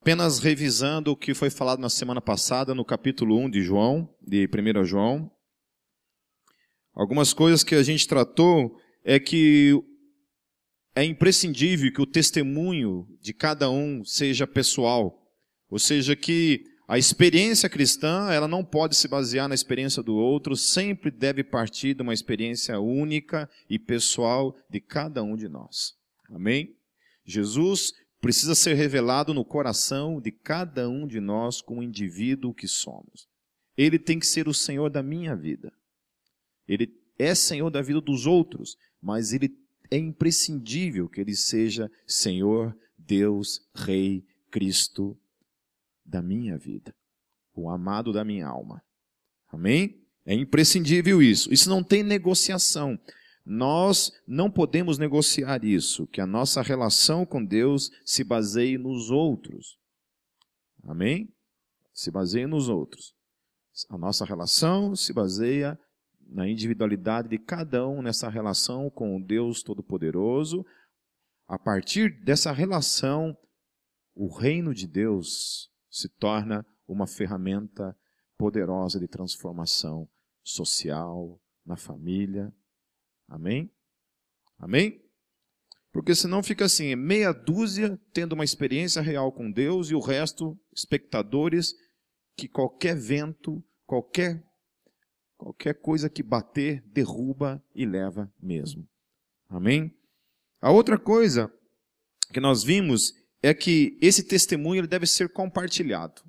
Apenas revisando o que foi falado na semana passada, no capítulo 1 de João, de 1 João. Algumas coisas que a gente tratou é que é imprescindível que o testemunho de cada um seja pessoal. Ou seja, que a experiência cristã, ela não pode se basear na experiência do outro, sempre deve partir de uma experiência única e pessoal de cada um de nós. Amém? Jesus precisa ser revelado no coração de cada um de nós como indivíduo que somos. Ele tem que ser o Senhor da minha vida. Ele é Senhor da vida dos outros, mas ele é imprescindível que ele seja Senhor, Deus, Rei, Cristo da minha vida, o amado da minha alma. Amém? É imprescindível isso. Isso não tem negociação. Nós não podemos negociar isso, que a nossa relação com Deus se baseie nos outros. Amém? Se baseia nos outros. A nossa relação se baseia na individualidade de cada um nessa relação com o Deus Todo-Poderoso. A partir dessa relação, o reino de Deus se torna uma ferramenta poderosa de transformação social, na família. Amém? Amém? Porque senão fica assim, meia dúzia tendo uma experiência real com Deus e o resto, espectadores, que qualquer vento, qualquer coisa que bater, derruba e leva mesmo. Amém? A outra coisa que nós vimos é que esse testemunho ele deve ser compartilhado.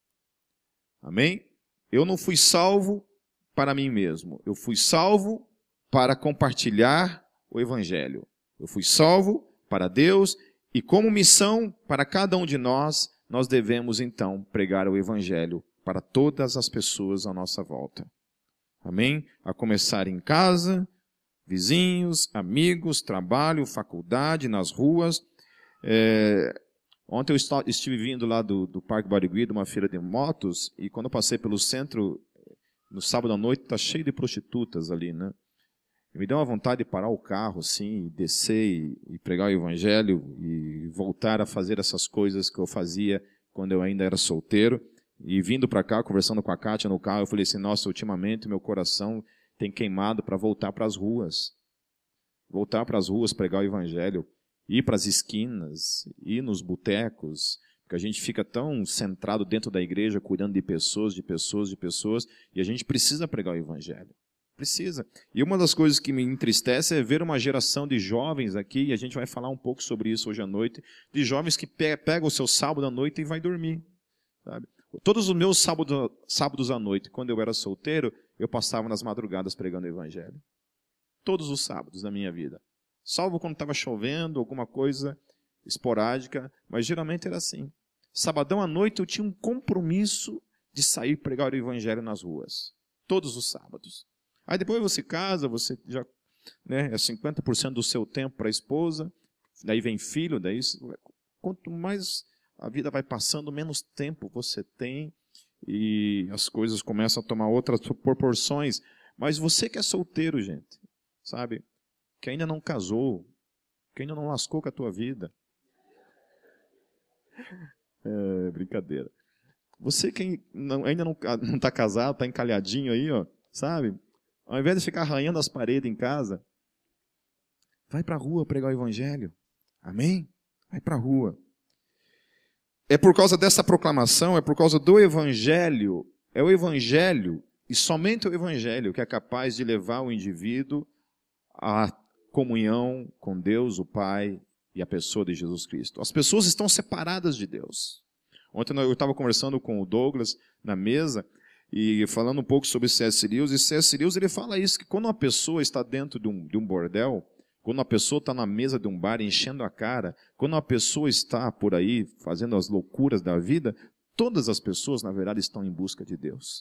Amém? Eu não fui salvo para mim mesmo. Eu fui salvo para compartilhar o Evangelho. Eu fui salvo para Deus e como missão para cada um de nós, nós devemos então pregar o Evangelho para todas as pessoas à nossa volta. Amém? A começar em casa, vizinhos, amigos, trabalho, faculdade, nas ruas. Ontem eu estive vindo lá do Parque Barigui, de uma feira de motos, e quando eu passei pelo centro, no sábado à noite, está cheio de prostitutas ali, né? Me deu uma vontade de parar o carro, assim, e descer e pregar o Evangelho e voltar a fazer essas coisas que eu fazia quando eu ainda era solteiro. E vindo para cá, conversando com a Kátia no carro, eu falei assim, nossa, ultimamente meu coração tem queimado para voltar para as ruas. Voltar para as ruas, pregar o Evangelho, ir para as esquinas, ir nos botecos, porque a gente fica tão centrado dentro da igreja, cuidando de pessoas, e a gente precisa pregar o Evangelho. Precisa. E uma das coisas que me entristece é ver uma geração de jovens aqui, e a gente vai falar um pouco sobre isso hoje à noite, de jovens que pegam o seu sábado à noite e vai dormir. Sabe? Todos os meus sábados à noite, quando eu era solteiro, eu passava nas madrugadas pregando o Evangelho. Todos os sábados da minha vida. Salvo quando estava chovendo, alguma coisa esporádica, mas geralmente era assim. Sabadão à noite eu tinha um compromisso de sair pregar o Evangelho nas ruas. Todos os sábados. Aí depois você casa, você já é 50% do seu tempo para a esposa, daí vem filho, daí quanto mais a vida vai passando, menos tempo você tem e as coisas começam a tomar outras proporções. Mas você que é solteiro, gente, sabe, que ainda não casou, que ainda não lascou com a tua vida. É brincadeira. Você que ainda não está casado, está encalhadinho aí, ó, sabe? Ao invés de ficar arranhando as paredes em casa, vai para a rua pregar o Evangelho. Amém? Vai para a rua. É por causa dessa proclamação, é por causa do Evangelho, é o Evangelho, e somente o Evangelho, que é capaz de levar o indivíduo à comunhão com Deus, o Pai, e a pessoa de Jesus Cristo. As pessoas estão separadas de Deus. Ontem eu estava conversando com o Douglas na mesa, e falando um pouco sobre C.S. Lewis, e C.S. Lewis ele fala isso, que quando uma pessoa está dentro de um bordel, quando uma pessoa está na mesa de um bar enchendo a cara, quando uma pessoa está por aí fazendo as loucuras da vida, todas as pessoas, na verdade, estão em busca de Deus.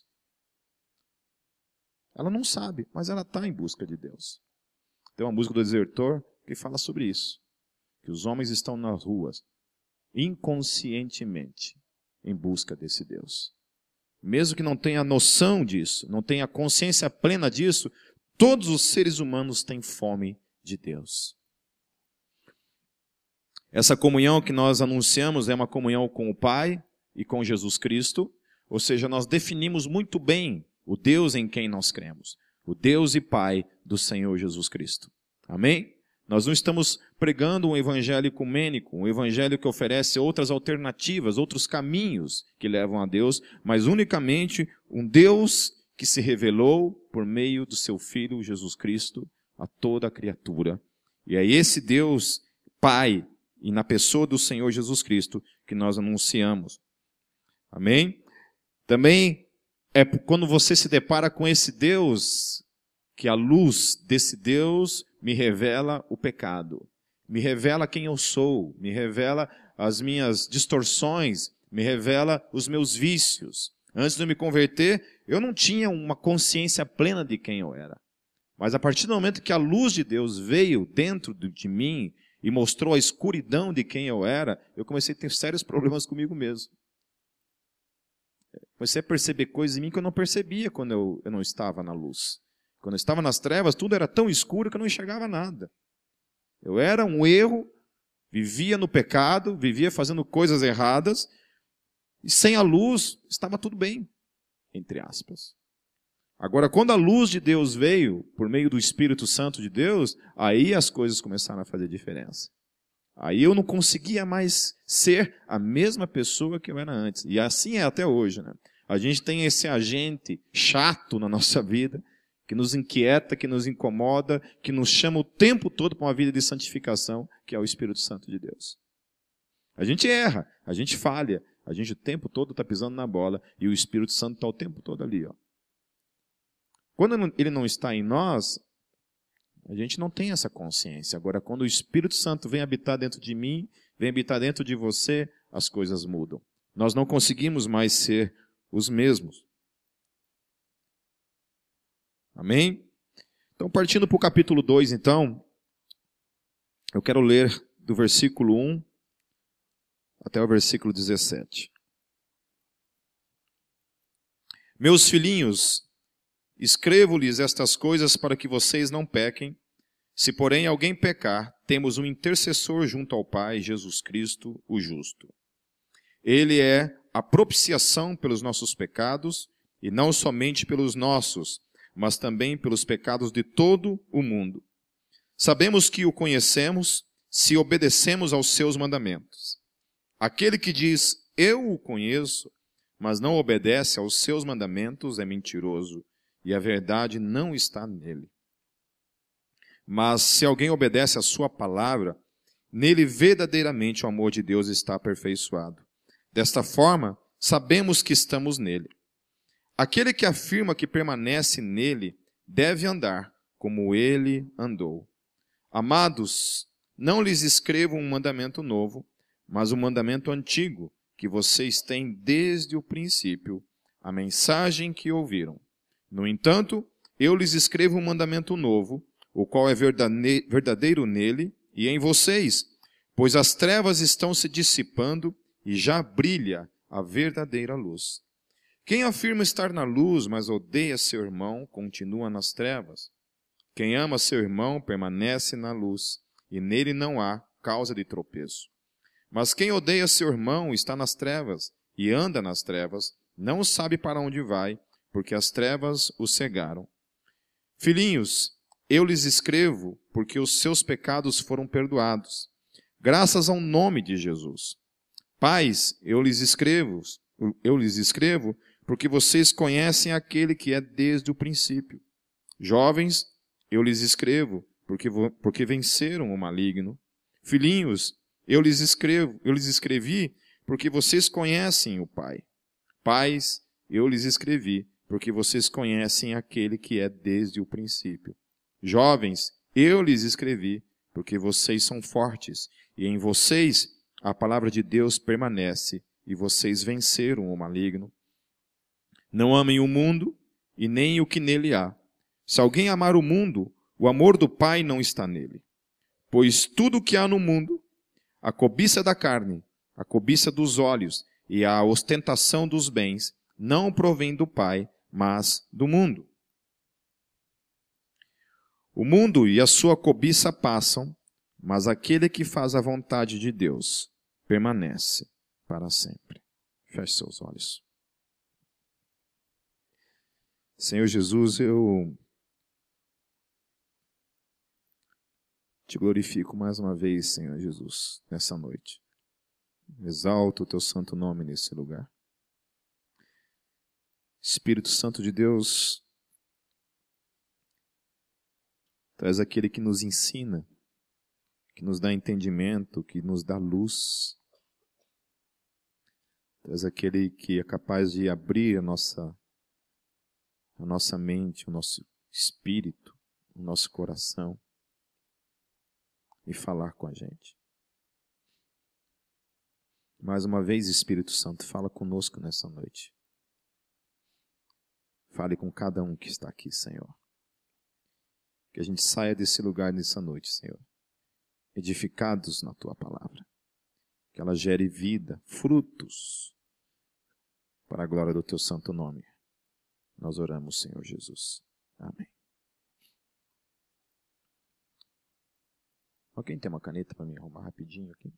Ela não sabe, mas ela está em busca de Deus. Tem uma música do Desertor que fala sobre isso, que os homens estão nas ruas, inconscientemente, em busca desse Deus. Mesmo que não tenha noção disso, não tenha consciência plena disso, todos os seres humanos têm fome de Deus. Essa comunhão que nós anunciamos é uma comunhão com o Pai e com Jesus Cristo, ou seja, nós definimos muito bem o Deus em quem nós cremos, o Deus e Pai do Senhor Jesus Cristo. Amém? Nós não estamos pregando um evangelho ecumênico, um evangelho que oferece outras alternativas, outros caminhos que levam a Deus, mas unicamente um Deus que se revelou por meio do seu Filho Jesus Cristo a toda a criatura. E é esse Deus, Pai, e na pessoa do Senhor Jesus Cristo, que nós anunciamos. Amém? Também é quando você se depara com esse Deus, que a luz desse Deus me revela o pecado, me revela quem eu sou, me revela as minhas distorções, me revela os meus vícios. Antes de eu me converter, eu não tinha uma consciência plena de quem eu era. Mas a partir do momento que a luz de Deus veio dentro de mim e mostrou a escuridão de quem eu era, eu comecei a ter sérios problemas comigo mesmo. Comecei a perceber coisas em mim que eu não percebia quando eu não estava na luz. Quando eu estava nas trevas, tudo era tão escuro que eu não enxergava nada. Eu era um erro, vivia no pecado, vivia fazendo coisas erradas, e sem a luz estava tudo bem, entre aspas. Agora, quando a luz de Deus veio, por meio do Espírito Santo de Deus, aí as coisas começaram a fazer diferença. Aí eu não conseguia mais ser a mesma pessoa que eu era antes. E assim é até hoje, né? A gente tem esse agente chato na nossa vida, que nos inquieta, que nos incomoda, que nos chama o tempo todo para uma vida de santificação, que é o Espírito Santo de Deus. A gente erra, a gente falha, a gente o tempo todo está pisando na bola, e o Espírito Santo está o tempo todo ali, ó. Quando ele não está em nós, a gente não tem essa consciência. Agora, quando o Espírito Santo vem habitar dentro de mim, vem habitar dentro de você, as coisas mudam. Nós não conseguimos mais ser os mesmos. Amém? Então, partindo para o capítulo 2, então, eu quero ler do versículo 1 até o versículo 17. Meus filhinhos, escrevo-lhes estas coisas para que vocês não pequem. Se, porém, alguém pecar, temos um intercessor junto ao Pai, Jesus Cristo, o justo. Ele é a propiciação pelos nossos pecados, e não somente pelos nossos, mas também pelos pecados de todo o mundo. Sabemos que o conhecemos se obedecemos aos seus mandamentos. Aquele que diz, eu o conheço, mas não obedece aos seus mandamentos, é mentiroso, e a verdade não está nele. Mas se alguém obedece à sua palavra, nele verdadeiramente o amor de Deus está aperfeiçoado. Desta forma, sabemos que estamos nele. Aquele que afirma que permanece nele deve andar como ele andou. Amados, não lhes escrevo um mandamento novo, mas um mandamento antigo, que vocês têm desde o princípio, a mensagem que ouviram. No entanto, eu lhes escrevo um mandamento novo, o qual é verdadeiro nele e em vocês, pois as trevas estão se dissipando e já brilha a verdadeira luz. Quem afirma estar na luz, mas odeia seu irmão, continua nas trevas. Quem ama seu irmão permanece na luz, e nele não há causa de tropeço. Mas quem odeia seu irmão está nas trevas, e anda nas trevas, não sabe para onde vai, porque as trevas o cegaram. Filhinhos, eu lhes escrevo, porque os seus pecados foram perdoados, graças ao nome de Jesus. Pais, eu lhes escrevo, porque vocês conhecem aquele que é desde o princípio. Jovens, eu lhes escrevo, porque venceram o maligno. Filhinhos, eu lhes escrevi, porque vocês conhecem o Pai. Pais, eu lhes escrevi, porque vocês conhecem aquele que é desde o princípio. Jovens, eu lhes escrevi, porque vocês são fortes, e em vocês a palavra de Deus permanece, e vocês venceram o maligno. Não amem o mundo, e nem o que nele há. Se alguém amar o mundo, o amor do Pai não está nele. Pois tudo o que há no mundo, a cobiça da carne, a cobiça dos olhos e a ostentação dos bens, não provém do Pai, mas do mundo. O mundo e a sua cobiça passam, mas aquele que faz a vontade de Deus permanece para sempre. Feche seus olhos. Senhor Jesus, eu te glorifico mais uma vez, Senhor Jesus, nessa noite. Exalto o teu santo nome nesse lugar. Espírito Santo de Deus, tu és aquele que nos ensina, que nos dá entendimento, que nos dá luz. Tu és aquele que é capaz de abrir a nossa mente, o nosso espírito, o nosso coração e falar com a gente. Mais uma vez, Espírito Santo, fala conosco nessa noite. Fale com cada um que está aqui, Senhor. Que a gente saia desse lugar nessa noite, Senhor, edificados na Tua palavra. Que ela gere vida, frutos, para a glória do Teu santo nome. Nós oramos, Senhor Jesus. Amém. Alguém tem uma caneta para me arrumar rapidinho aqui?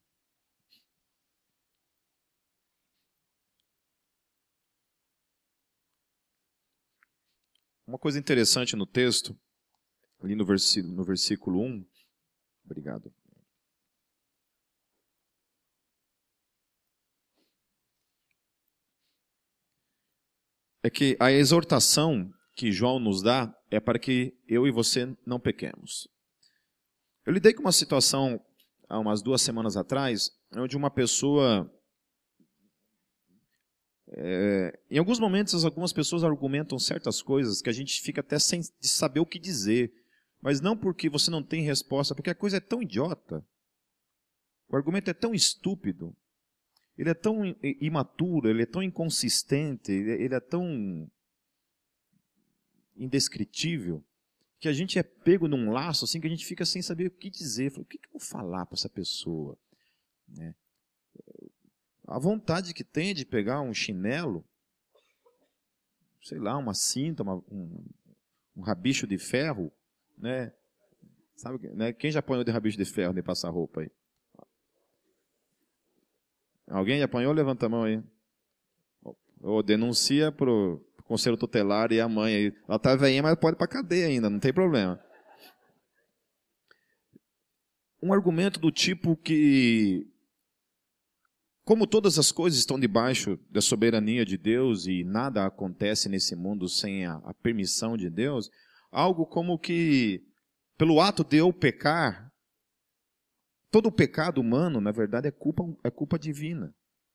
Uma coisa interessante no texto, ali no versículo 1, obrigado. É que a exortação que João nos dá é para que eu e você não pequemos. Eu lidei com uma situação há umas 2 semanas atrás, onde uma pessoa... em alguns momentos, algumas pessoas argumentam certas coisas que a gente fica até sem saber o que dizer. Mas não porque você não tem resposta, porque a coisa é tão idiota. O argumento é tão estúpido. Ele é tão imaturo, ele é tão inconsistente, ele é tão indescritível, que a gente é pego num laço assim que a gente fica sem saber o que dizer. O que eu vou falar para essa pessoa? Né? A vontade que tem de pegar um chinelo, sei lá, uma cinta, um rabicho de ferro, né? Sabe, né? Quem já apanhou de rabicho de ferro de passar roupa aí? Alguém já apanhou? Levanta a mão aí. Ou denuncia pro conselho tutelar e a mãe aí. Ela tá velhinha, mas pode ir pra cadeia ainda, não tem problema. Um argumento do tipo que, como todas as coisas estão debaixo da soberania de Deus e nada acontece nesse mundo sem a permissão de Deus, algo como que, pelo ato de eu pecar, todo o pecado humano, na verdade, é culpa divina.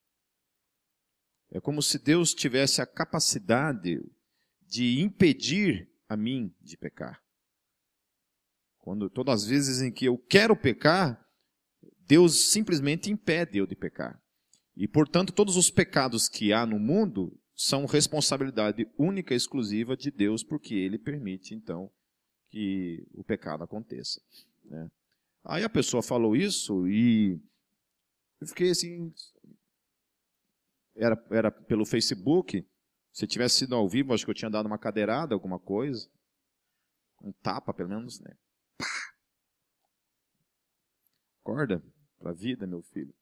É como se Deus tivesse a capacidade de impedir a mim de pecar. Todas as vezes em que eu quero pecar, Deus simplesmente impede eu de pecar. E, portanto, todos os pecados que há no mundo são responsabilidade única e exclusiva de Deus, porque Ele permite, então, que o pecado aconteça. Né? Aí a pessoa falou isso e eu fiquei assim... Era pelo Facebook. Se tivesse sido ao vivo, acho que eu tinha dado uma cadeirada, alguma coisa. Um tapa, pelo menos, né? Pá! Acorda para a vida, meu filho.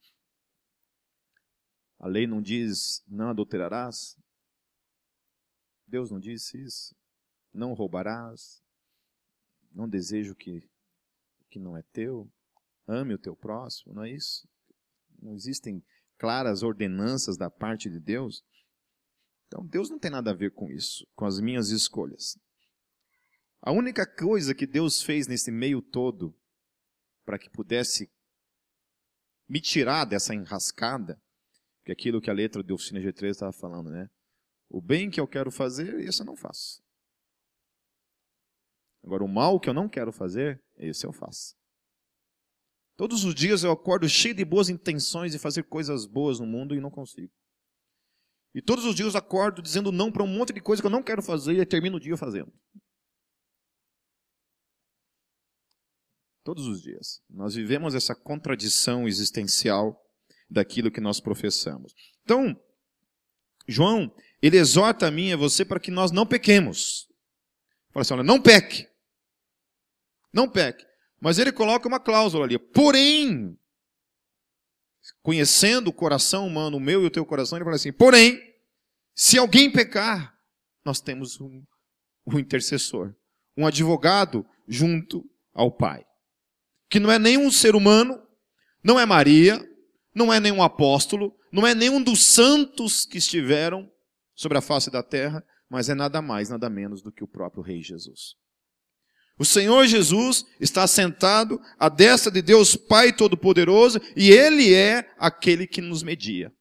A lei não diz, não adulterarás? Deus não disse isso? Não roubarás? Não desejo que não é teu? Ame o teu próximo, não é isso? Não existem claras ordenanças da parte de Deus? Então Deus não tem nada a ver com isso, com as minhas escolhas. A única coisa que Deus fez nesse meio todo, para que pudesse me tirar dessa enrascada, que é aquilo que a letra de Oficina G3 estava falando, né? O bem que eu quero fazer, esse eu não faço. Agora, o mal que eu não quero fazer, esse eu faço. Todos os dias eu acordo cheio de boas intenções de fazer coisas boas no mundo e não consigo. E todos os dias eu acordo dizendo não para um monte de coisa que eu não quero fazer e termino o dia fazendo. Todos os dias. Nós vivemos essa contradição existencial daquilo que nós professamos. Então, João, ele exorta a mim e a você para que nós não pequemos. Fala assim, olha, não peque. Não peque. Mas ele coloca uma cláusula ali. Porém, conhecendo o coração humano, o meu e o teu coração, ele fala assim, porém, se alguém pecar, nós temos um intercessor, um advogado junto ao Pai. Que não é nenhum ser humano, não é Maria, não é nenhum apóstolo, não é nenhum dos santos que estiveram sobre a face da terra, mas é nada mais, nada menos do que o próprio Rei Jesus. O Senhor Jesus está sentado à destra de Deus Pai Todo-Poderoso e Ele é aquele que nos media.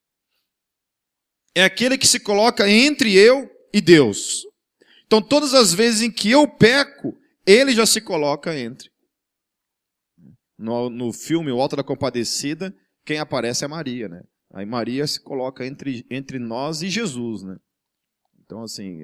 É aquele que se coloca entre eu e Deus. Então, todas as vezes em que eu peco, Ele já se coloca entre. No filme O Alto da Compadecida, quem aparece é Maria, né? Aí Maria se coloca entre nós e Jesus, né? Então, assim,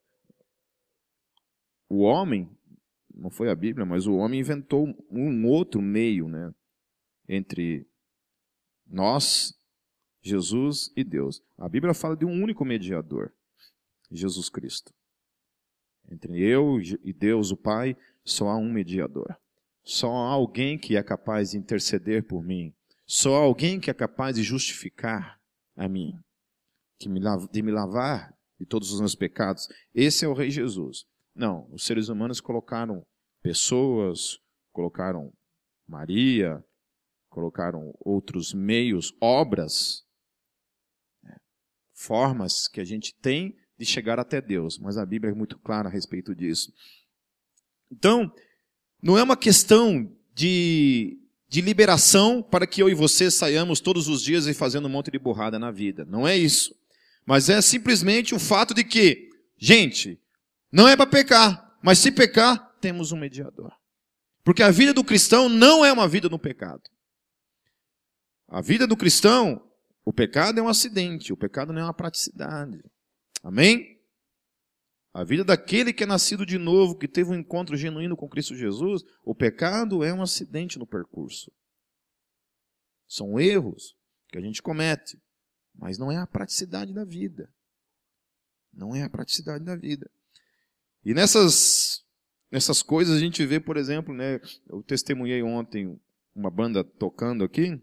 o homem, não foi a Bíblia, mas o homem inventou um outro meio, né? Entre nós, Jesus e Deus. A Bíblia fala de um único mediador, Jesus Cristo. Entre eu e Deus, o Pai, só há um mediador. Só há alguém que é capaz de interceder por mim. Só há alguém que é capaz de justificar a mim. De me lavar de todos os meus pecados. Esse é o Rei Jesus. Não, os seres humanos colocaram pessoas, colocaram Maria, colocaram outros meios, obras, formas que a gente tem de chegar até Deus. Mas a Bíblia é muito clara a respeito disso. Então, não é uma questão de liberação para que eu e você saiamos todos os dias e fazendo um monte de burrada na vida. Não é isso. Mas é simplesmente o fato de que, gente, não é para pecar, mas se pecar, temos um mediador. Porque a vida do cristão não é uma vida no pecado. A vida do cristão, o pecado é um acidente, o pecado não é uma praticidade. Amém? A vida daquele que é nascido de novo, que teve um encontro genuíno com Cristo Jesus, o pecado é um acidente no percurso. São erros que a gente comete, mas não é a praticidade da vida. Não é a praticidade da vida. E nessas coisas a gente vê, por exemplo, né, eu testemunhei ontem uma banda tocando aqui,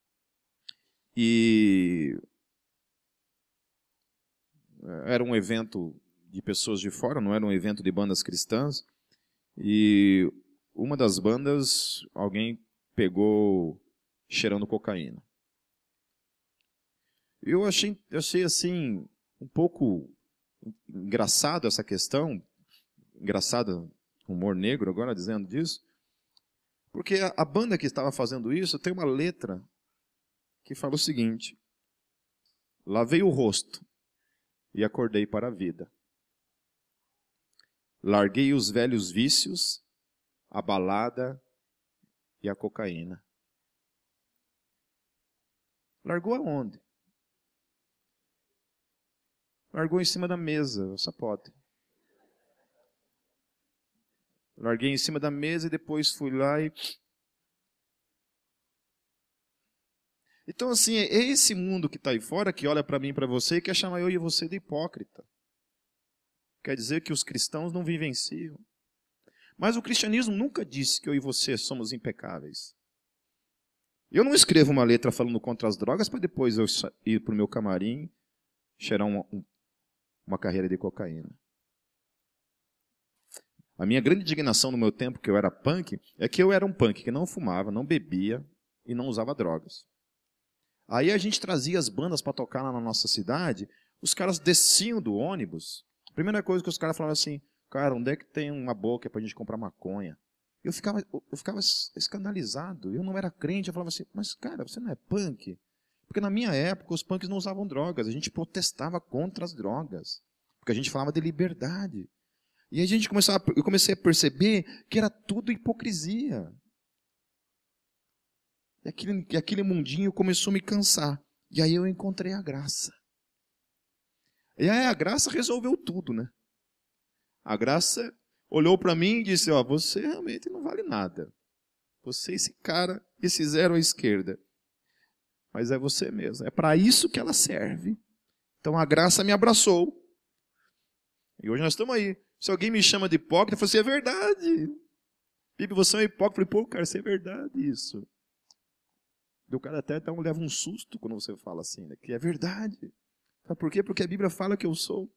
e era um evento de pessoas de fora, não era um evento de bandas cristãs, e uma das bandas, alguém pegou cheirando cocaína. Eu achei assim, um pouco engraçado essa questão, engraçado, humor negro agora dizendo disso, porque a banda que estava fazendo isso tem uma letra que fala o seguinte: lavei o rosto e acordei para a vida. Larguei os velhos vícios, a balada e a cocaína. Largou aonde? Largou em cima da mesa, só pode. Larguei em cima da mesa e depois fui lá e... Então, assim, é esse mundo que está aí fora, que olha para mim e para você, e quer chamar eu e você de hipócrita. Quer dizer que os cristãos não vivenciam. Mas o cristianismo nunca disse que eu e você somos impecáveis. Eu não escrevo uma letra falando contra as drogas para depois eu ir para o meu camarim cheirar uma carreira de cocaína. A minha grande indignação no meu tempo, que eu era punk, é que eu era um punk que não fumava, não bebia e não usava drogas. Aí a gente trazia as bandas para tocar lá na nossa cidade, os caras desciam do ônibus. A primeira coisa que os caras falavam assim: cara, onde é que tem uma boca para a gente comprar maconha? Eu ficava escandalizado, eu não era crente, eu falava assim: mas cara, você não é punk? Porque na minha época os punks não usavam drogas, a gente protestava contra as drogas, porque a gente falava de liberdade. E aí eu comecei a perceber que era tudo hipocrisia. E aquele mundinho começou a me cansar. E aí eu encontrei a graça. E aí a graça resolveu tudo, né? A graça olhou para mim e disse: ó, você realmente não vale nada. Você, esse cara, esse zero à esquerda. Mas é você mesmo. É para isso que ela serve. Então a graça me abraçou. E hoje nós estamos aí. Se alguém me chama de hipócrita, eu falo assim: é verdade. Bibi, você é um hipócrita. Eu falei, pô, cara, isso é verdade isso. O cara até leva um susto quando você fala assim, né? Que é verdade. Sabe por quê? Porque a Bíblia fala que eu sou.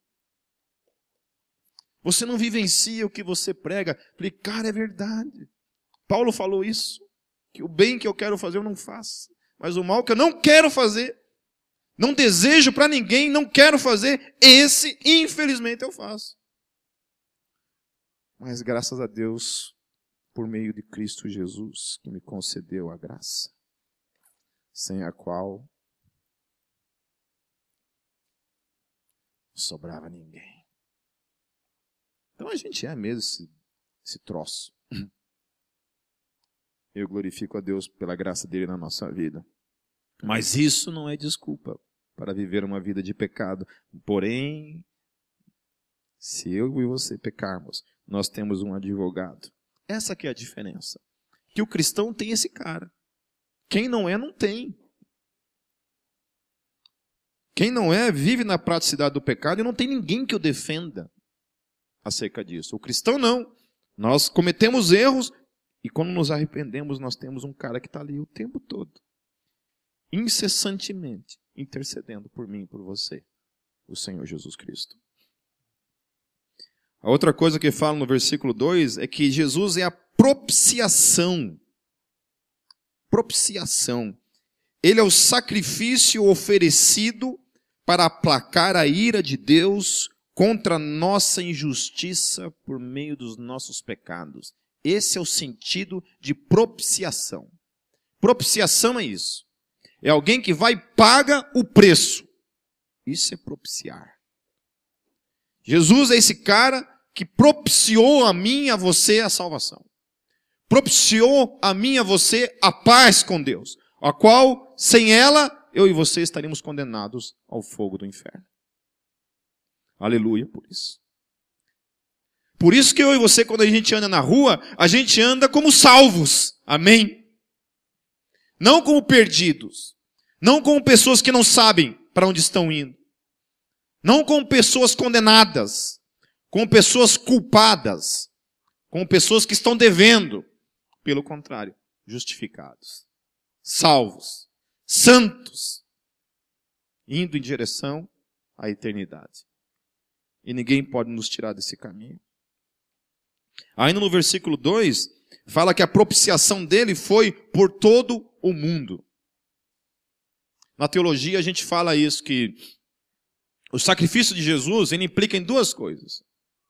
Você não vivencia o que você prega. Eu falei, cara, é verdade. Paulo falou isso. Que o bem que eu quero fazer eu não faço. Mas o mal que eu não quero fazer, não desejo para ninguém, não quero fazer, esse, infelizmente, eu faço. Mas graças a Deus, por meio de Cristo Jesus, que me concedeu a graça, sem a qual não sobrava ninguém. Então a gente é mesmo esse troço. Eu glorifico a Deus pela graça dele na nossa vida. Mas isso não é desculpa para viver uma vida de pecado. Porém, se eu e você pecarmos, nós temos um advogado. Essa que é a diferença. Que o cristão tem esse cara. Quem não é, não tem. Quem não é, vive na praticidade do pecado e não tem ninguém que o defenda acerca disso. O cristão não. Nós cometemos erros e quando nos arrependemos, nós temos um cara que está ali o tempo todo, incessantemente, intercedendo por mim e por você, o Senhor Jesus Cristo. A outra coisa que fala no versículo 2 é que Jesus é a propiciação. Propiciação. Ele é o sacrifício oferecido para aplacar a ira de Deus contra a nossa injustiça por meio dos nossos pecados. Esse é o sentido de propiciação. Propiciação é isso. É alguém que vai e paga o preço. Isso é propiciar. Jesus é esse cara que propiciou a mim e a você a salvação. Propiciou a mim e a você a paz com Deus, a qual, sem ela, eu e você estaríamos condenados ao fogo do inferno. Aleluia por isso. Por isso que eu e você, quando a gente anda na rua, a gente anda como salvos. Amém? Não como perdidos. Não como pessoas que não sabem para onde estão indo. Não como pessoas condenadas. Como pessoas culpadas. Como pessoas que estão devendo. Pelo contrário, justificados. Salvos. Santos. Indo em direção à eternidade. E ninguém pode nos tirar desse caminho. Ainda no versículo 2, fala que a propiciação dele foi por todo o mundo. Na teologia a gente fala isso, que o sacrifício de Jesus, ele implica em duas coisas.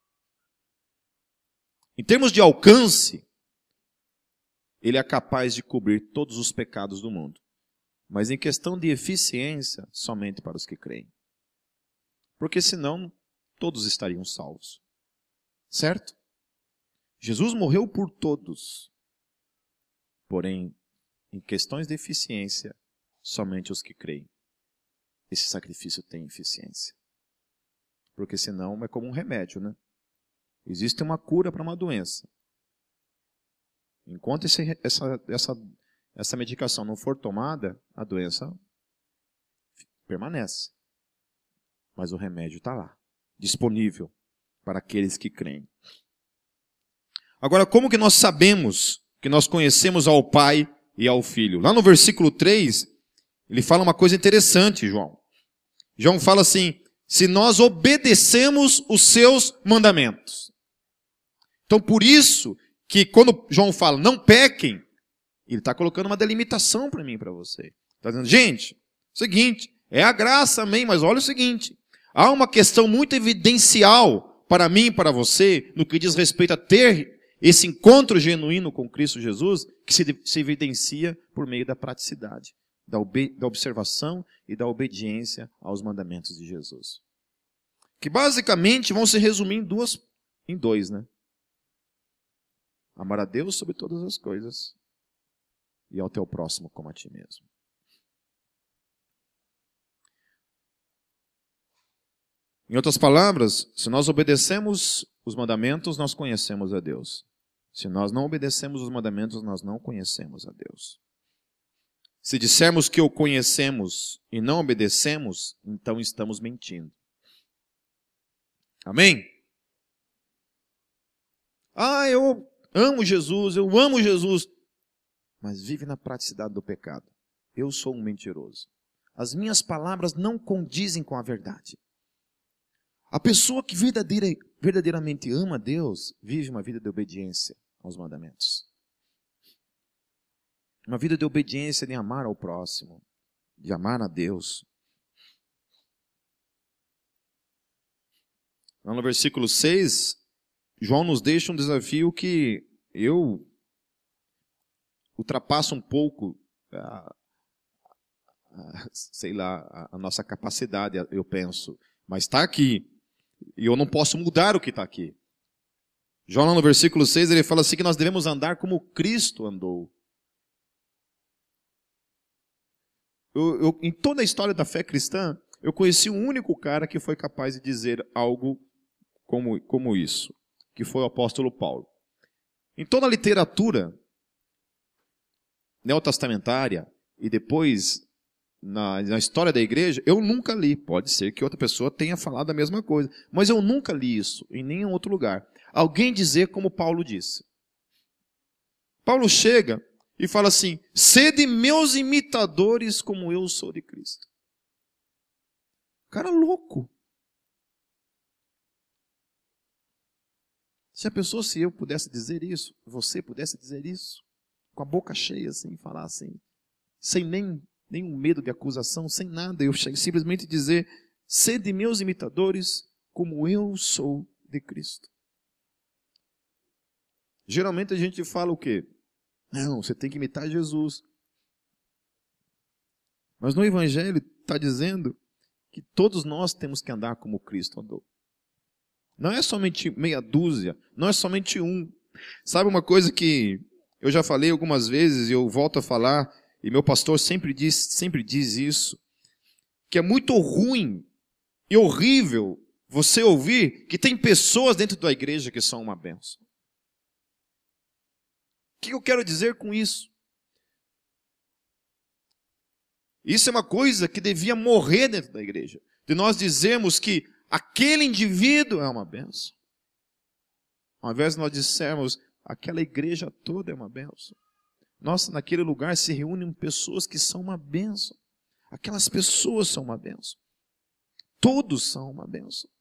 Em termos de alcance, ele é capaz de cobrir todos os pecados do mundo. Mas em questão de eficiência, somente para os que creem. Porque senão, todos estariam salvos. Certo? Jesus morreu por todos. Porém, em questões de eficiência, somente os que creem. Esse sacrifício tem eficiência. Porque senão é como um remédio, né? Existe uma cura para uma doença. Enquanto essa medicação não for tomada, a doença permanece. Mas o remédio está lá, disponível para aqueles que creem. Agora, como que nós sabemos que nós conhecemos ao Pai e ao Filho? Lá no versículo 3, ele fala uma coisa interessante, João. João fala assim, se nós obedecemos os seus mandamentos. Então, por isso que quando João fala, não pequem, ele está colocando uma delimitação para mim e para você. Está dizendo, gente, seguinte, é a graça, amém, mas olha o seguinte, há uma questão muito evidencial para mim e para você, no que diz respeito a ter esse encontro genuíno com Cristo Jesus, que se evidencia por meio da praticidade, da observação e da obediência aos mandamentos de Jesus. Que basicamente vão se resumir em dois, né? Amar a Deus sobre todas as coisas e ao teu próximo como a ti mesmo. Em outras palavras, se nós obedecemos os mandamentos, nós conhecemos a Deus. Se nós não obedecemos os mandamentos, nós não conhecemos a Deus. Se dissermos que o conhecemos e não obedecemos, então estamos mentindo. Amém? amo Jesus, eu amo Jesus, mas vive na praticidade do pecado. Eu sou um mentiroso. As minhas palavras não condizem com a verdade. A pessoa que verdadeiramente ama a Deus, vive uma vida de obediência aos mandamentos. Uma vida de obediência, de amar ao próximo, de amar a Deus. Lá no versículo 6, João nos deixa um desafio que eu ultrapasso um pouco, a nossa capacidade, eu penso. Mas está aqui. E eu não posso mudar o que está aqui. João, no versículo 6, ele fala assim que nós devemos andar como Cristo andou. Em toda a história da fé cristã, eu conheci um único cara que foi capaz de dizer algo como isso, que foi o apóstolo Paulo. Em toda a literatura neotestamentária e depois na história da igreja, eu nunca li. Pode ser que outra pessoa tenha falado a mesma coisa, mas eu nunca li isso em nenhum outro lugar. Alguém dizer como Paulo disse. Paulo chega e fala assim: sede meus imitadores como eu sou de Cristo. Cara louco. Se eu pudesse dizer isso, você pudesse dizer isso, com a boca cheia assim, falar assim, sem nenhum medo de acusação, sem nada, eu simplesmente dizer: sede meus imitadores como eu sou de Cristo. Geralmente a gente fala o quê? Não, você tem que imitar Jesus. Mas no Evangelho está dizendo que todos nós temos que andar como Cristo andou. Não é somente meia dúzia, não é somente um. Sabe uma coisa que eu já falei algumas vezes e eu volto a falar, e meu pastor sempre diz isso, que é muito ruim e horrível você ouvir que tem pessoas dentro da igreja que são uma bênção. O que eu quero dizer com isso? Isso é uma coisa que devia morrer dentro da igreja. De nós dizermos que aquele indivíduo é uma bênção. Ao invés de nós dissermos, aquela igreja toda é uma bênção. Nossa, naquele lugar se reúnem pessoas que são uma bênção. Aquelas pessoas são uma bênção. Todos são uma bênção.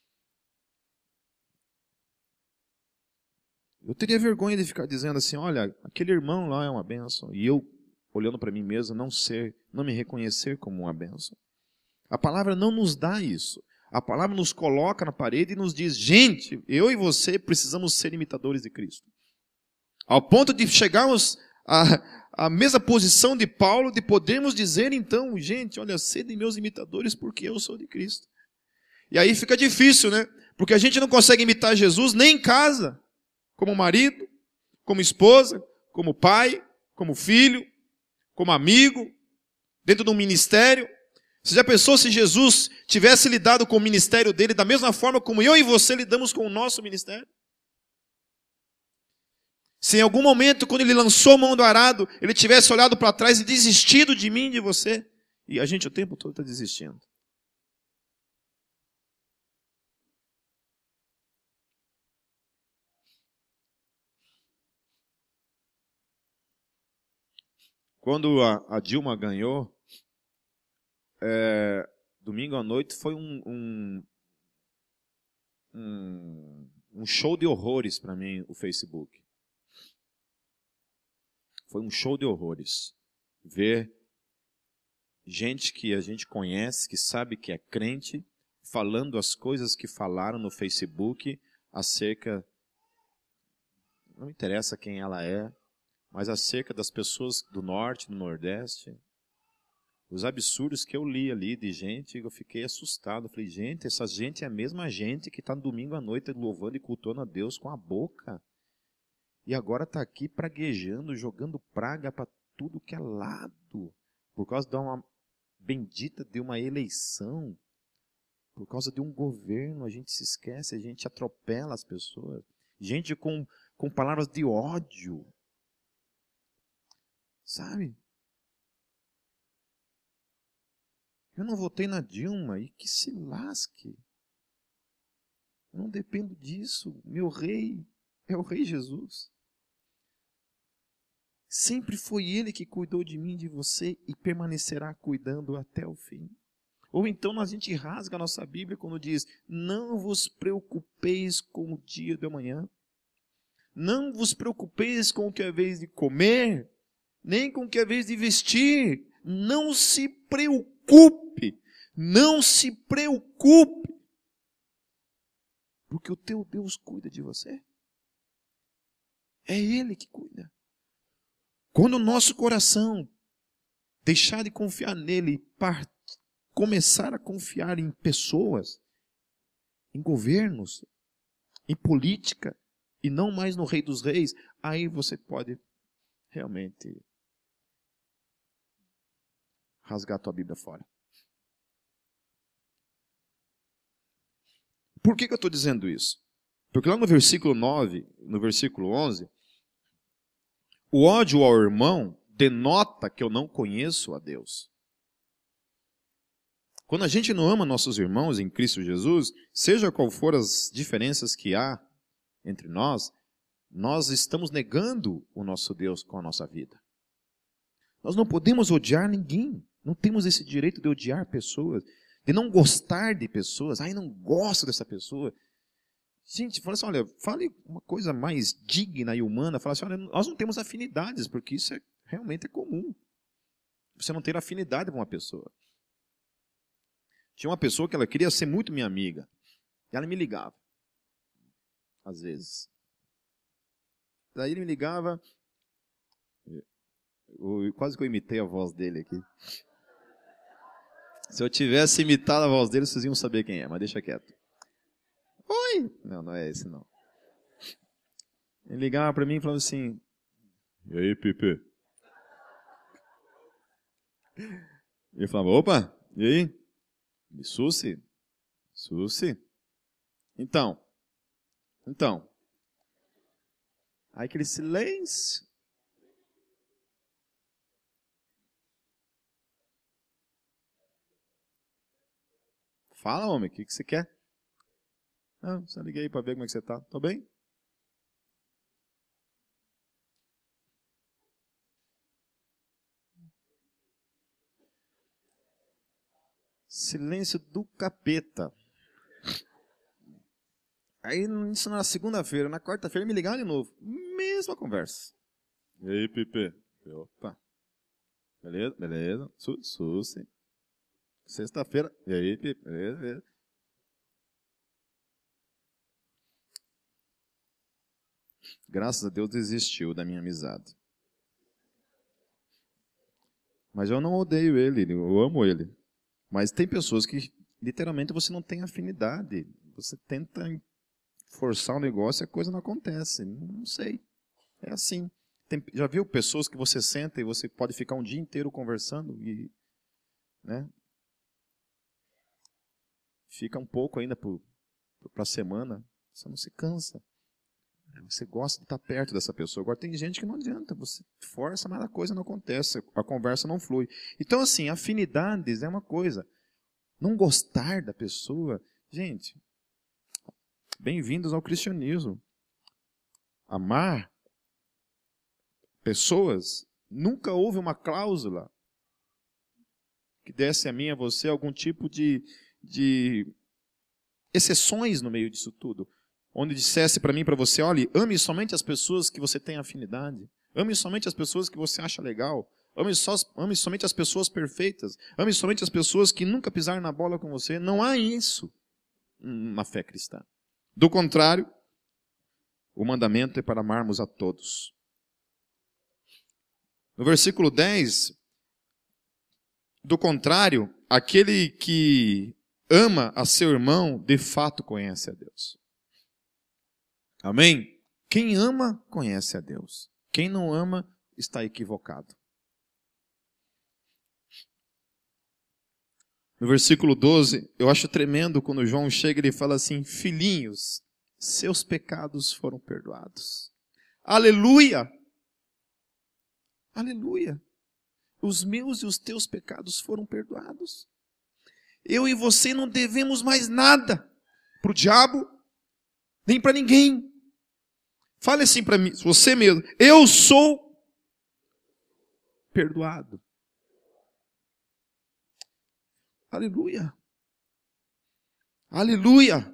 Eu teria vergonha de ficar dizendo assim, olha, aquele irmão lá é uma bênção. E eu, olhando para mim mesmo, não me reconhecer como uma bênção. A palavra não nos dá isso. A palavra nos coloca na parede e nos diz, gente, eu e você precisamos ser imitadores de Cristo. Ao ponto de chegarmos à mesma posição de Paulo, de podermos dizer então, gente, olha, sede meus imitadores porque eu sou de Cristo. E aí fica difícil, né? Porque a gente não consegue imitar Jesus nem em casa. Como marido, como esposa, como pai, como filho, como amigo, dentro de um ministério. Você já pensou se Jesus tivesse lidado com o ministério dele da mesma forma como eu e você lidamos com o nosso ministério? Se em algum momento, quando ele lançou a mão do arado, ele tivesse olhado para trás e desistido de mim e de você? E a gente o tempo todo está desistindo. Quando a Dilma ganhou, domingo à noite foi um show de horrores para mim, o Facebook. Foi um show de horrores. Ver gente que a gente conhece, que sabe que é crente, falando as coisas que falaram no Facebook acerca, não interessa quem ela é, mas acerca das pessoas do norte, do nordeste. Os absurdos que eu li ali de gente, eu fiquei assustado. Eu falei, gente, essa gente é a mesma gente que está no domingo à noite louvando e cultuando a Deus com a boca. E agora está aqui praguejando, jogando praga para tudo que é lado. Por causa de uma bendita de uma eleição. Por causa de um governo, a gente se esquece, a gente atropela as pessoas. Gente com palavras de ódio. Sabe? Eu não votei na Dilma e que se lasque. Eu não dependo disso. Meu rei é o Rei Jesus. Sempre foi Ele que cuidou de mim, de você, e permanecerá cuidando até o fim. Ou então a gente rasga a nossa Bíblia quando diz: não vos preocupeis com o dia de amanhã. Não vos preocupeis com o que é vez de comer, nem com o que é vez de vestir. Não se preocupe. Não se preocupe. Porque o teu Deus cuida de você. É Ele que cuida. Quando o nosso coração deixar de confiar nele e começar a confiar em pessoas, em governos, em política, e não mais no Rei dos Reis, aí você pode realmente rasgar a tua Bíblia fora. Por que eu estou dizendo isso? Porque lá no versículo 9, no versículo 11, o ódio ao irmão denota que eu não conheço a Deus. Quando a gente não ama nossos irmãos em Cristo Jesus, seja qual for as diferenças que há entre nós, nós estamos negando o nosso Deus com a nossa vida. Nós não podemos odiar ninguém. Não temos esse direito de odiar pessoas, de não gostar de pessoas. Ai, não gosto dessa pessoa. Gente, fala assim, olha, fale uma coisa mais digna e humana. Fala assim, olha, nós não temos afinidades, porque isso realmente é comum. Você não ter afinidade com uma pessoa. Tinha uma pessoa que ela queria ser muito minha amiga. E ela me ligava. Às vezes. Daí ele me ligava. Quase que eu imitei a voz dele aqui. Se eu tivesse imitado a voz dele, vocês iam saber quem é, mas deixa quieto. Oi! Não, não é esse não. Ele ligava para mim e falava assim: e aí, Pepe? Ele falava: opa, e aí? Susi? Susi? Então. Aí aquele silêncio. Fala, homem, o que você quer? Não, só liguei para ver como é que você tá. Tô bem? Silêncio do capeta. Aí, isso na segunda-feira. Na quarta-feira, me ligaram de novo. Mesma conversa. E aí, Pepe? Opa. Beleza? Beleza. Susi. Sexta-feira. E aí, Pepe? Beleza. Graças a Deus desistiu da minha amizade. Mas eu não odeio ele, eu amo ele. Mas tem pessoas que literalmente você não tem afinidade. Você tenta forçar um negócio e a coisa não acontece. Não sei. É assim. Já viu pessoas que você senta e você pode ficar um dia inteiro conversando e, né? Fica um pouco ainda para a semana. Você não se cansa. Você gosta de estar perto dessa pessoa. Agora tem gente que não adianta. Você força, mas a coisa não acontece. A conversa não flui. Então assim, afinidades é uma coisa. Não gostar da pessoa. Gente, bem-vindos ao cristianismo. Amar pessoas, nunca houve uma cláusula que desse a mim e a você algum tipo de exceções no meio disso tudo. Onde dissesse para mim e para você, olha, ame somente as pessoas que você tem afinidade. Ame somente as pessoas que você acha legal. Ame somente as pessoas perfeitas. Ame somente as pessoas que nunca pisaram na bola com você. Não há isso na fé cristã. Do contrário, o mandamento é para amarmos a todos. No versículo 10, do contrário, aquele que ama a seu irmão, de fato conhece a Deus. Amém? Quem ama, conhece a Deus. Quem não ama, está equivocado. No versículo 12, eu acho tremendo quando João chega e ele fala assim: filhinhos, seus pecados foram perdoados. Aleluia! Aleluia! Os meus e os teus pecados foram perdoados. Eu e você não devemos mais nada para o diabo, nem para ninguém. Fale assim para mim, você mesmo: eu sou perdoado. Aleluia. Aleluia.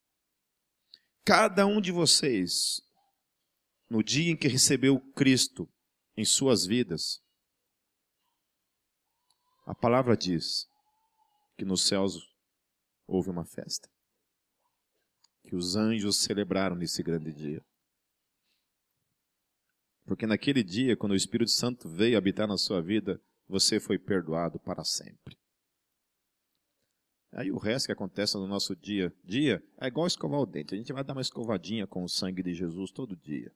Cada um de vocês, no dia em que recebeu Cristo em suas vidas, a palavra diz que nos céus houve uma festa, que os anjos celebraram nesse grande dia. Porque naquele dia, quando o Espírito Santo veio habitar na sua vida, você foi perdoado para sempre. Aí o resto que acontece no nosso dia é igual escovar o dente. A gente vai dar uma escovadinha com o sangue de Jesus todo dia.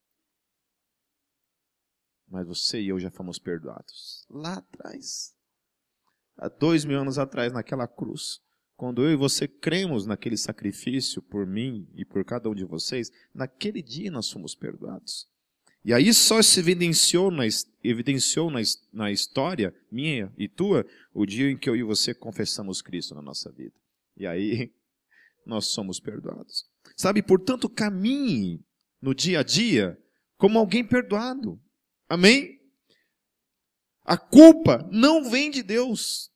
Mas você e eu já fomos perdoados. Lá atrás, há 2000 anos atrás, naquela cruz, quando eu e você cremos naquele sacrifício por mim e por cada um de vocês, naquele dia nós fomos perdoados. E aí só se evidenciou na história minha e tua o dia em que eu e você confessamos Cristo na nossa vida. E aí nós somos perdoados. Sabe, portanto, caminhe no dia a dia como alguém perdoado. Amém? A culpa não vem de Deus.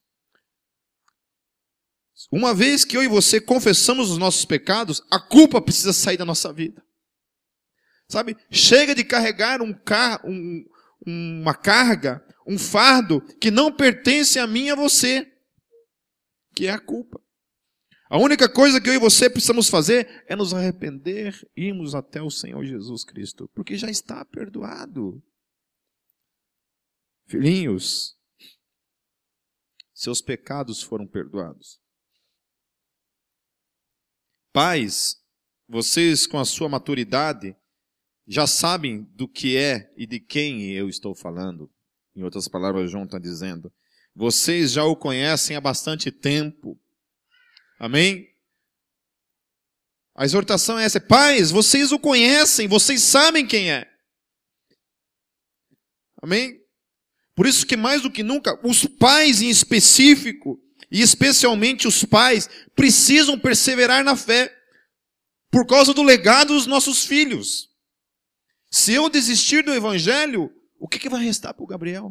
Uma vez que eu e você confessamos os nossos pecados, a culpa precisa sair da nossa vida. Sabe, chega de carregar uma carga, um fardo que não pertence a mim e a você, que é a culpa. A única coisa que eu e você precisamos fazer é nos arrepender e irmos até o Senhor Jesus Cristo, porque já está perdoado. Filhinhos, seus pecados foram perdoados. Pais, vocês com a sua maturidade já sabem do que é e de quem eu estou falando. Em outras palavras, João está dizendo. Vocês já o conhecem há bastante tempo. Amém? A exortação é essa. Pais, vocês o conhecem, vocês sabem quem é. Amém? Por isso que mais do que nunca, os pais em específico, e especialmente os pais, precisam perseverar na fé, por causa do legado dos nossos filhos. Se eu desistir do Evangelho, o que vai restar para o Gabriel?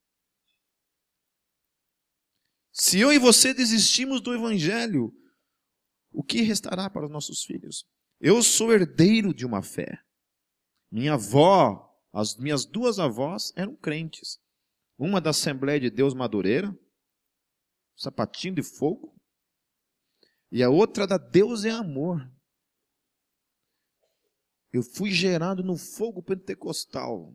Se eu e você desistimos do Evangelho, o que restará para os nossos filhos? Eu sou herdeiro de uma fé. Minha avó, as minhas duas avós eram crentes. Uma da Assembleia de Deus Madureira, sapatinho de fogo, e a outra da Deus é Amor. Eu fui gerado no fogo pentecostal.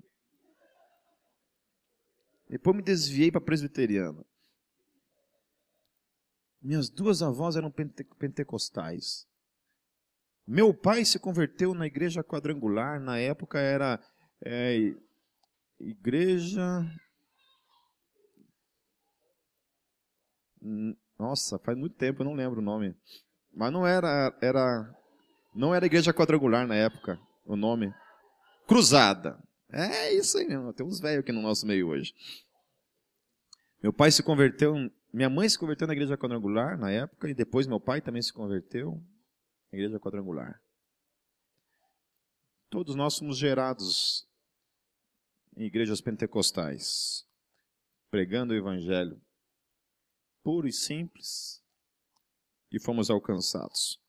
Depois me desviei para a presbiteriana. Minhas duas avós eram pentecostais. Meu pai se converteu na igreja quadrangular. Na época era igreja... Nossa, faz muito tempo, eu não lembro o nome. Mas não era igreja quadrangular na época. O nome, Cruzada. É isso aí mesmo, tem uns velhos aqui no nosso meio hoje. Meu pai se converteu, minha mãe se converteu na igreja quadrangular na época, e depois meu pai também se converteu na igreja quadrangular. Todos nós somos gerados em igrejas pentecostais, pregando o evangelho puro e simples, e fomos alcançados.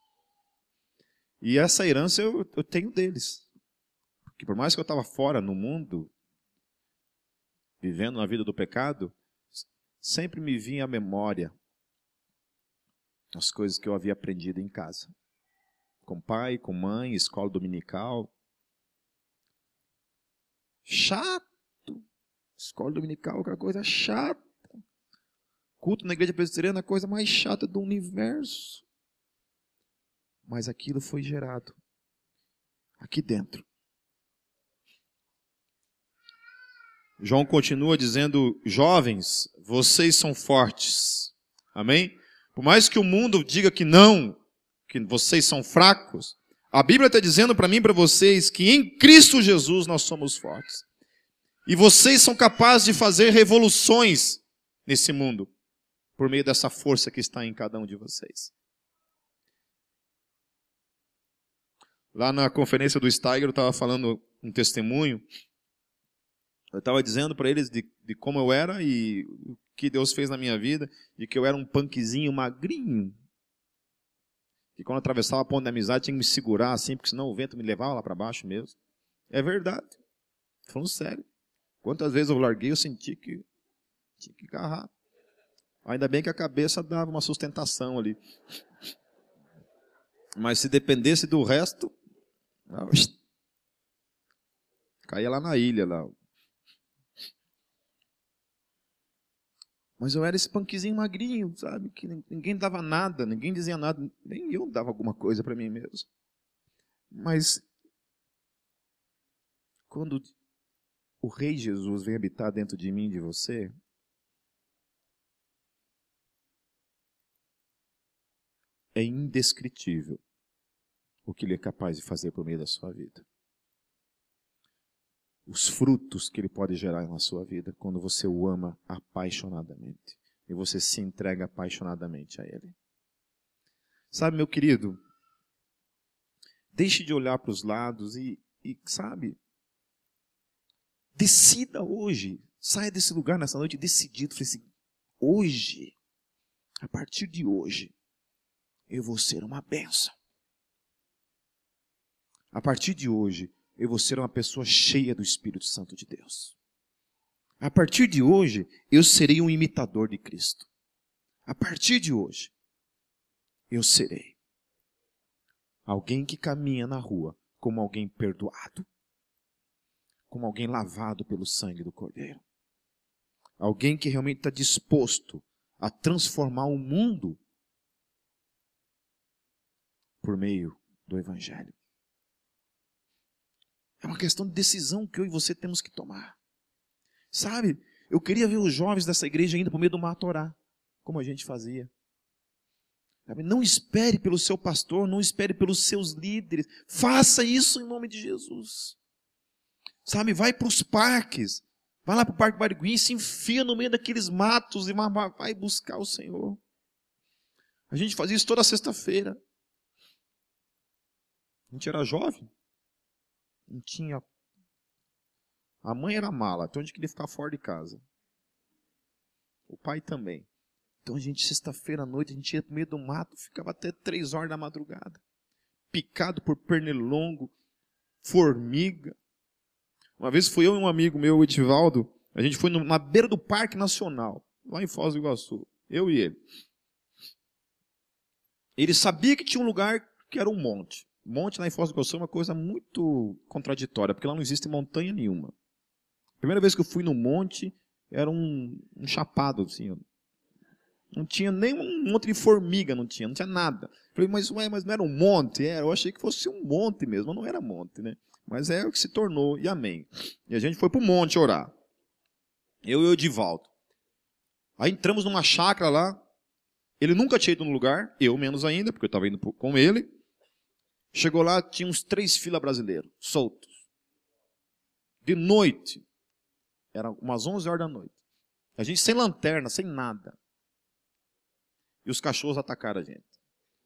E essa herança eu tenho deles. Porque por mais que eu estava fora no mundo, vivendo na vida do pecado, sempre me vinha à memória as coisas que eu havia aprendido em casa. Com pai, com mãe, escola dominical. Chato. Escola dominical, aquela coisa chata. Culto na igreja presbiteriana, a coisa mais chata do universo. Mas aquilo foi gerado aqui dentro. João continua dizendo, jovens, vocês são fortes. Amém? Por mais que o mundo diga que não, que vocês são fracos, a Bíblia está dizendo para mim e para vocês que em Cristo Jesus nós somos fortes. E vocês são capazes de fazer revoluções nesse mundo, por meio dessa força que está em cada um de vocês. Lá na conferência do Steiger, eu estava falando um testemunho Eu estava dizendo para eles de como eu era e o que Deus fez na minha vida, de que eu era um punkzinho magrinho, que quando eu atravessava a ponte da amizade tinha que me segurar assim, porque senão o vento me levava lá para baixo mesmo. É verdade. Falando sério. Quantas vezes eu larguei, eu senti que tinha que agarrar. Ainda bem que a cabeça dava uma sustentação ali. Mas se dependesse do resto, caía lá na ilha. Lá. Mas eu era esse punkzinho magrinho, sabe? Que ninguém dava nada, ninguém dizia nada. Nem eu dava alguma coisa para mim mesmo. Mas quando o Rei Jesus vem habitar dentro de mim e de você, é indescritível o que Ele é capaz de fazer por meio da sua vida. Os frutos que Ele pode gerar na sua vida quando você o ama apaixonadamente e você se entrega apaixonadamente a Ele. Sabe, meu querido, deixe de olhar para os lados e sabe, decida hoje, saia desse lugar nessa noite decidido, fale assim, hoje, a partir de hoje, eu vou ser uma bênção. A partir de hoje, eu vou ser uma pessoa cheia do Espírito Santo de Deus. A partir de hoje, eu serei um imitador de Cristo. A partir de hoje, eu serei alguém que caminha na rua como alguém perdoado, como alguém lavado pelo sangue do Cordeiro. Alguém que realmente está disposto a transformar o mundo por meio do Evangelho. É uma questão de decisão que eu e você temos que tomar. Sabe, eu queria ver os jovens dessa igreja indo para o meio do mato orar, como a gente fazia. Sabe? Não espere pelo seu pastor, não espere pelos seus líderes. Faça isso em nome de Jesus. Sabe, vai para os parques. Vai lá para o Parque Barigui, se enfia no meio daqueles matos e vai buscar o Senhor. A gente fazia isso toda sexta-feira. A gente era jovem. Não tinha. A mãe era mala, então a gente queria ficar fora de casa. O pai também. Então a gente, sexta-feira à noite, a gente ia pro meio do mato, ficava até 3 horas da madrugada. Picado por pernilongo, formiga. Uma vez fui eu e um amigo meu, o Edivaldo, a gente foi na beira do Parque Nacional, lá em Foz do Iguaçu. Eu e ele. Ele sabia que tinha um lugar que era um monte. Monte lá em Foz do Iguaçu é uma coisa muito contraditória, porque lá não existe montanha nenhuma. A primeira vez que eu fui no monte, era um chapado, assim. Não tinha nem um monte de formiga, não tinha nada. Falei, mas não era um monte? Era, eu achei que fosse um monte mesmo, não era monte, né? Mas é o que se tornou, e amém. E a gente foi para o monte orar. Eu e o Edivaldo. Aí entramos numa chácara lá, ele nunca tinha ido no lugar, eu menos ainda, porque eu estava indo com ele. Chegou lá, tinha uns 3 filas brasileiros, soltos. De noite, era umas 11 horas da noite. A gente sem lanterna, sem nada. E os cachorros atacaram a gente.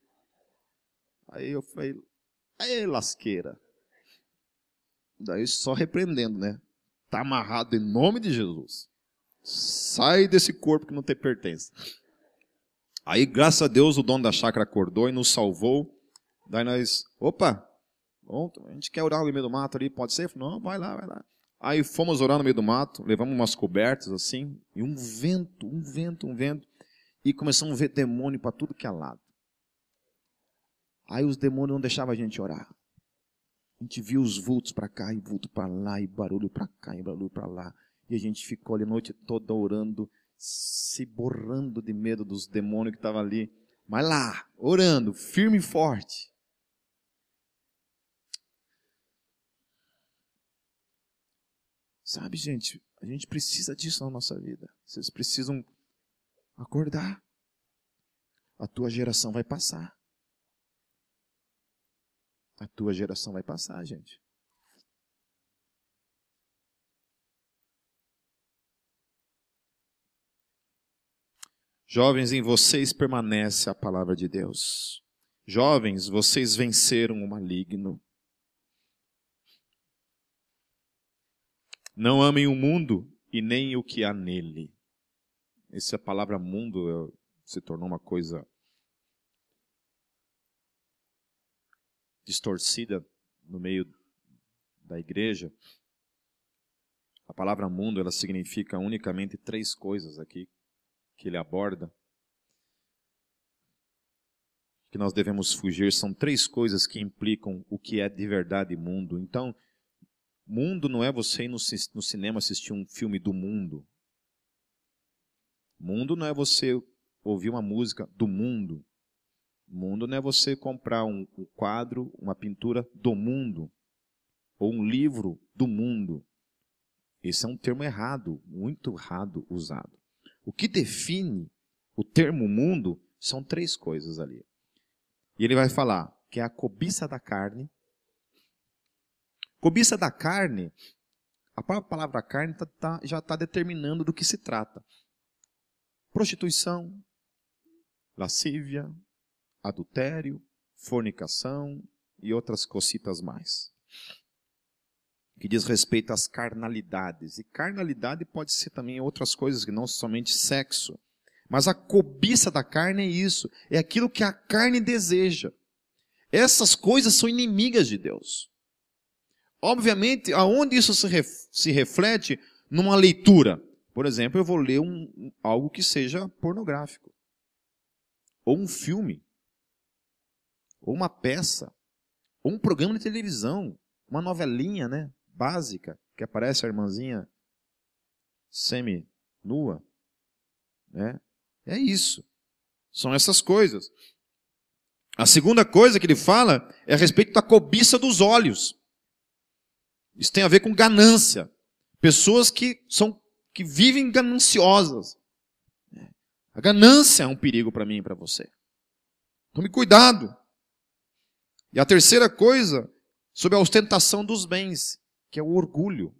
Aí eu falei, aí lasqueira. Daí só repreendendo, né? Tá amarrado em nome de Jesus. Sai desse corpo que não te pertence. Aí, graças a Deus, o dono da chácara acordou e nos salvou. Daí nós, opa, bom, a gente quer orar no meio do mato ali, pode ser? Falei, não, vai lá, vai lá. Aí fomos orar no meio do mato, levamos umas cobertas assim, e um vento, e começamos a ver demônio para tudo que é lado. Aí os demônios não deixavam a gente orar. A gente viu os vultos para cá e vulto para lá, e barulho para cá e barulho para lá. E a gente ficou ali a noite toda orando, se borrando de medo dos demônios que estavam ali. Mas lá, orando, firme e forte. Sabe, gente, a gente precisa disso na nossa vida. Vocês precisam acordar. A tua geração vai passar. A tua geração vai passar, gente. Jovens, em vocês permanece a palavra de Deus. Jovens, vocês venceram o maligno. Não amem o mundo e nem o que há nele. Essa palavra mundo se tornou uma coisa distorcida no meio da igreja. A palavra mundo, ela significa unicamente 3 coisas aqui que ele aborda. Que nós devemos fugir, são 3 coisas que implicam o que é de verdade mundo. Então, mundo não é você ir no cinema assistir um filme do mundo. Mundo não é você ouvir uma música do mundo. Mundo não é você comprar um quadro, uma pintura do mundo. Ou um livro do mundo. Esse é um termo errado, muito errado usado. O que define o termo mundo são 3 coisas ali. E ele vai falar que é a cobiça da carne. Cobiça da carne, a própria palavra carne já está determinando do que se trata. Prostituição, lascívia, adultério, fornicação e outras cocitas mais. Que diz respeito às carnalidades. E carnalidade pode ser também outras coisas que não somente sexo. Mas a cobiça da carne é isso. É aquilo que a carne deseja. Essas coisas são inimigas de Deus. Obviamente, aonde isso se reflete? Numa leitura. Por exemplo, eu vou ler algo que seja pornográfico. Ou um filme. Ou uma peça. Ou um programa de televisão. Uma novelinha, né? Básica. Que aparece a irmãzinha semi-nua. Né? É isso. São essas coisas. A segunda coisa que ele fala é a respeito da cobiça dos olhos. Isso tem a ver com ganância. Pessoas que vivem gananciosas. A ganância é um perigo para mim e para você. Tome cuidado. E a terceira coisa, sobre a ostentação dos bens, que é o orgulho.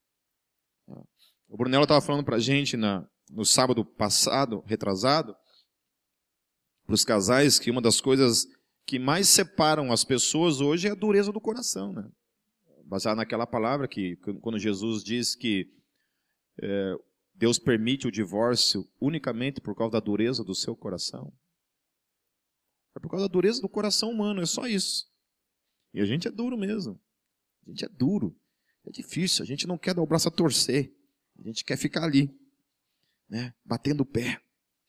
O Brunello estava falando para a gente no sábado passado, retrasado, para os casais, que uma das coisas que mais separam as pessoas hoje é a dureza do coração, né? Baseado naquela palavra que, quando Jesus diz que Deus permite o divórcio unicamente por causa da dureza do seu coração. É por causa da dureza do coração humano, é só isso. E a gente é duro mesmo. A gente é duro. É difícil, a gente não quer dar o braço a torcer. A gente quer ficar ali, né, batendo o pé.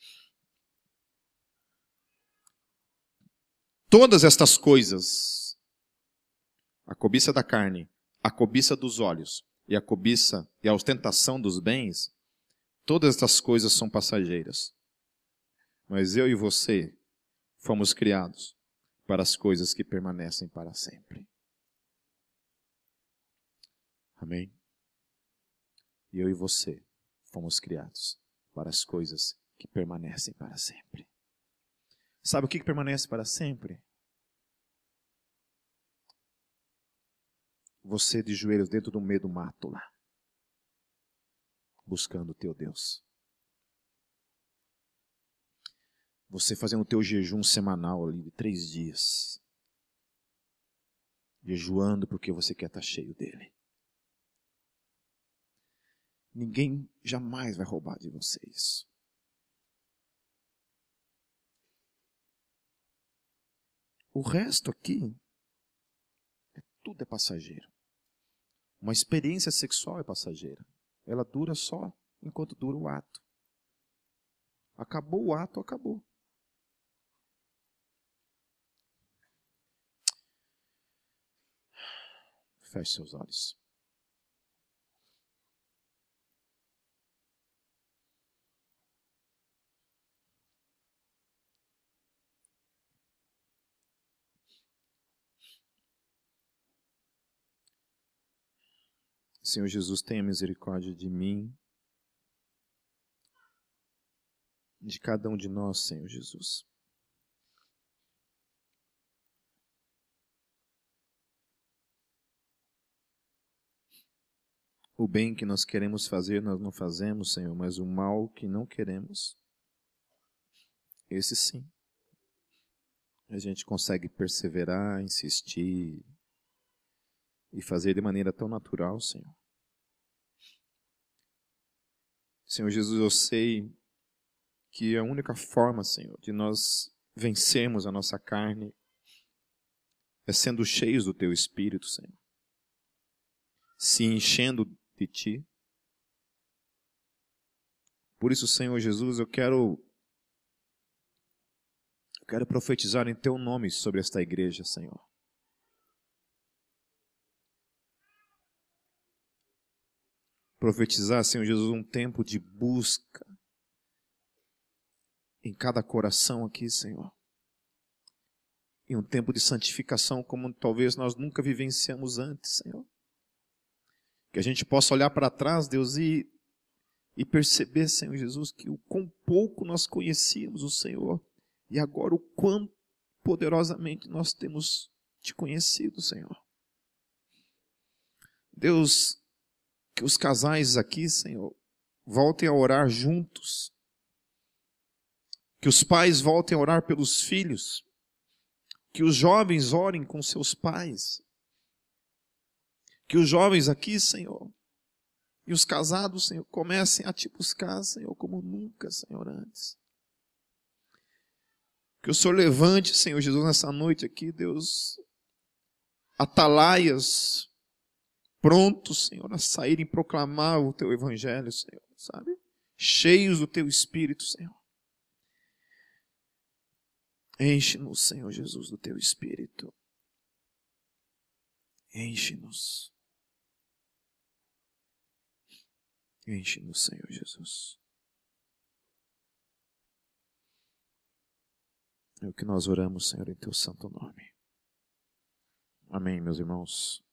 Todas estas coisas, a cobiça da carne, a cobiça dos olhos e a cobiça e a ostentação dos bens, todas estas coisas são passageiras. Mas eu e você fomos criados para as coisas que permanecem para sempre. Amém? E eu e você fomos criados para as coisas que permanecem para sempre. Sabe o que permanece para sempre? Você de joelhos dentro do meio do mato lá, buscando o teu Deus. Você fazendo o teu jejum semanal ali de 3 dias. Jejuando porque você quer estar cheio dele. Ninguém jamais vai roubar de você isso. O resto aqui, tudo é passageiro. Uma experiência sexual é passageira. Ela dura só enquanto dura o ato. Acabou o ato, acabou. Feche seus olhos. Senhor Jesus, tenha misericórdia de mim, de cada um de nós, Senhor Jesus. O bem que nós queremos fazer, nós não fazemos, Senhor, mas o mal que não queremos, esse sim. A gente consegue perseverar, insistir e fazer de maneira tão natural, Senhor. Senhor Jesus, eu sei que a única forma, Senhor, de nós vencermos a nossa carne é sendo cheios do Teu Espírito, Senhor. Se enchendo de Ti. Por isso, Senhor Jesus, eu quero profetizar em Teu nome sobre esta igreja, Senhor. Profetizar, Senhor Jesus, um tempo de busca em cada coração aqui, Senhor. E um tempo de santificação como talvez nós nunca vivenciamos antes, Senhor. Que a gente possa olhar para trás, Deus, e perceber, Senhor Jesus, que o quão pouco nós conhecíamos o Senhor e agora o quão poderosamente nós temos Te conhecido, Senhor. Deus, que os casais aqui, Senhor, voltem a orar juntos. Que os pais voltem a orar pelos filhos. Que os jovens orem com seus pais. Que os jovens aqui, Senhor, e os casados, Senhor, comecem a Te buscar, Senhor, como nunca, Senhor, antes. Que o Senhor levante, Senhor Jesus, nessa noite aqui, Deus, atalaias, prontos, Senhor, a saírem proclamar o Teu Evangelho, Senhor, sabe? Cheios do Teu Espírito, Senhor. Enche-nos, Senhor Jesus, do Teu Espírito. Enche-nos. Enche-nos, Senhor Jesus. É o que nós oramos, Senhor, em Teu santo nome. Amém, meus irmãos.